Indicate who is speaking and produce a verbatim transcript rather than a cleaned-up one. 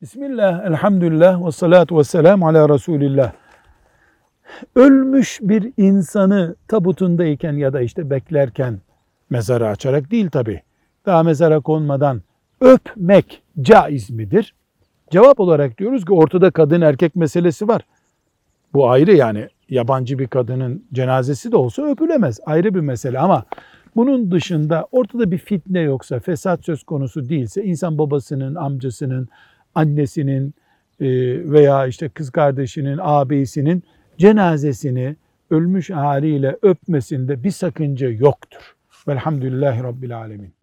Speaker 1: Bismillah, elhamdülillah ve salatu ve selamu ala Resulillah. Ölmüş bir insanı tabutundayken ya da işte beklerken mezarı açarak değil tabi. Daha mezara konmadan öpmek caiz midir? Cevap olarak diyoruz ki ortada kadın erkek meselesi var. Bu ayrı, yani yabancı bir kadının cenazesi de olsa öpülemez. Ayrı bir mesele ama bunun dışında ortada bir fitne yoksa, fesat söz konusu değilse, insan babasının, amcasının, annesinin e, veya işte kız kardeşinin, ağabeyisinin cenazesini ölmüş haliyle öpmesinde bir sakınca yoktur. Velhamdülillahi Rabbil Alemin.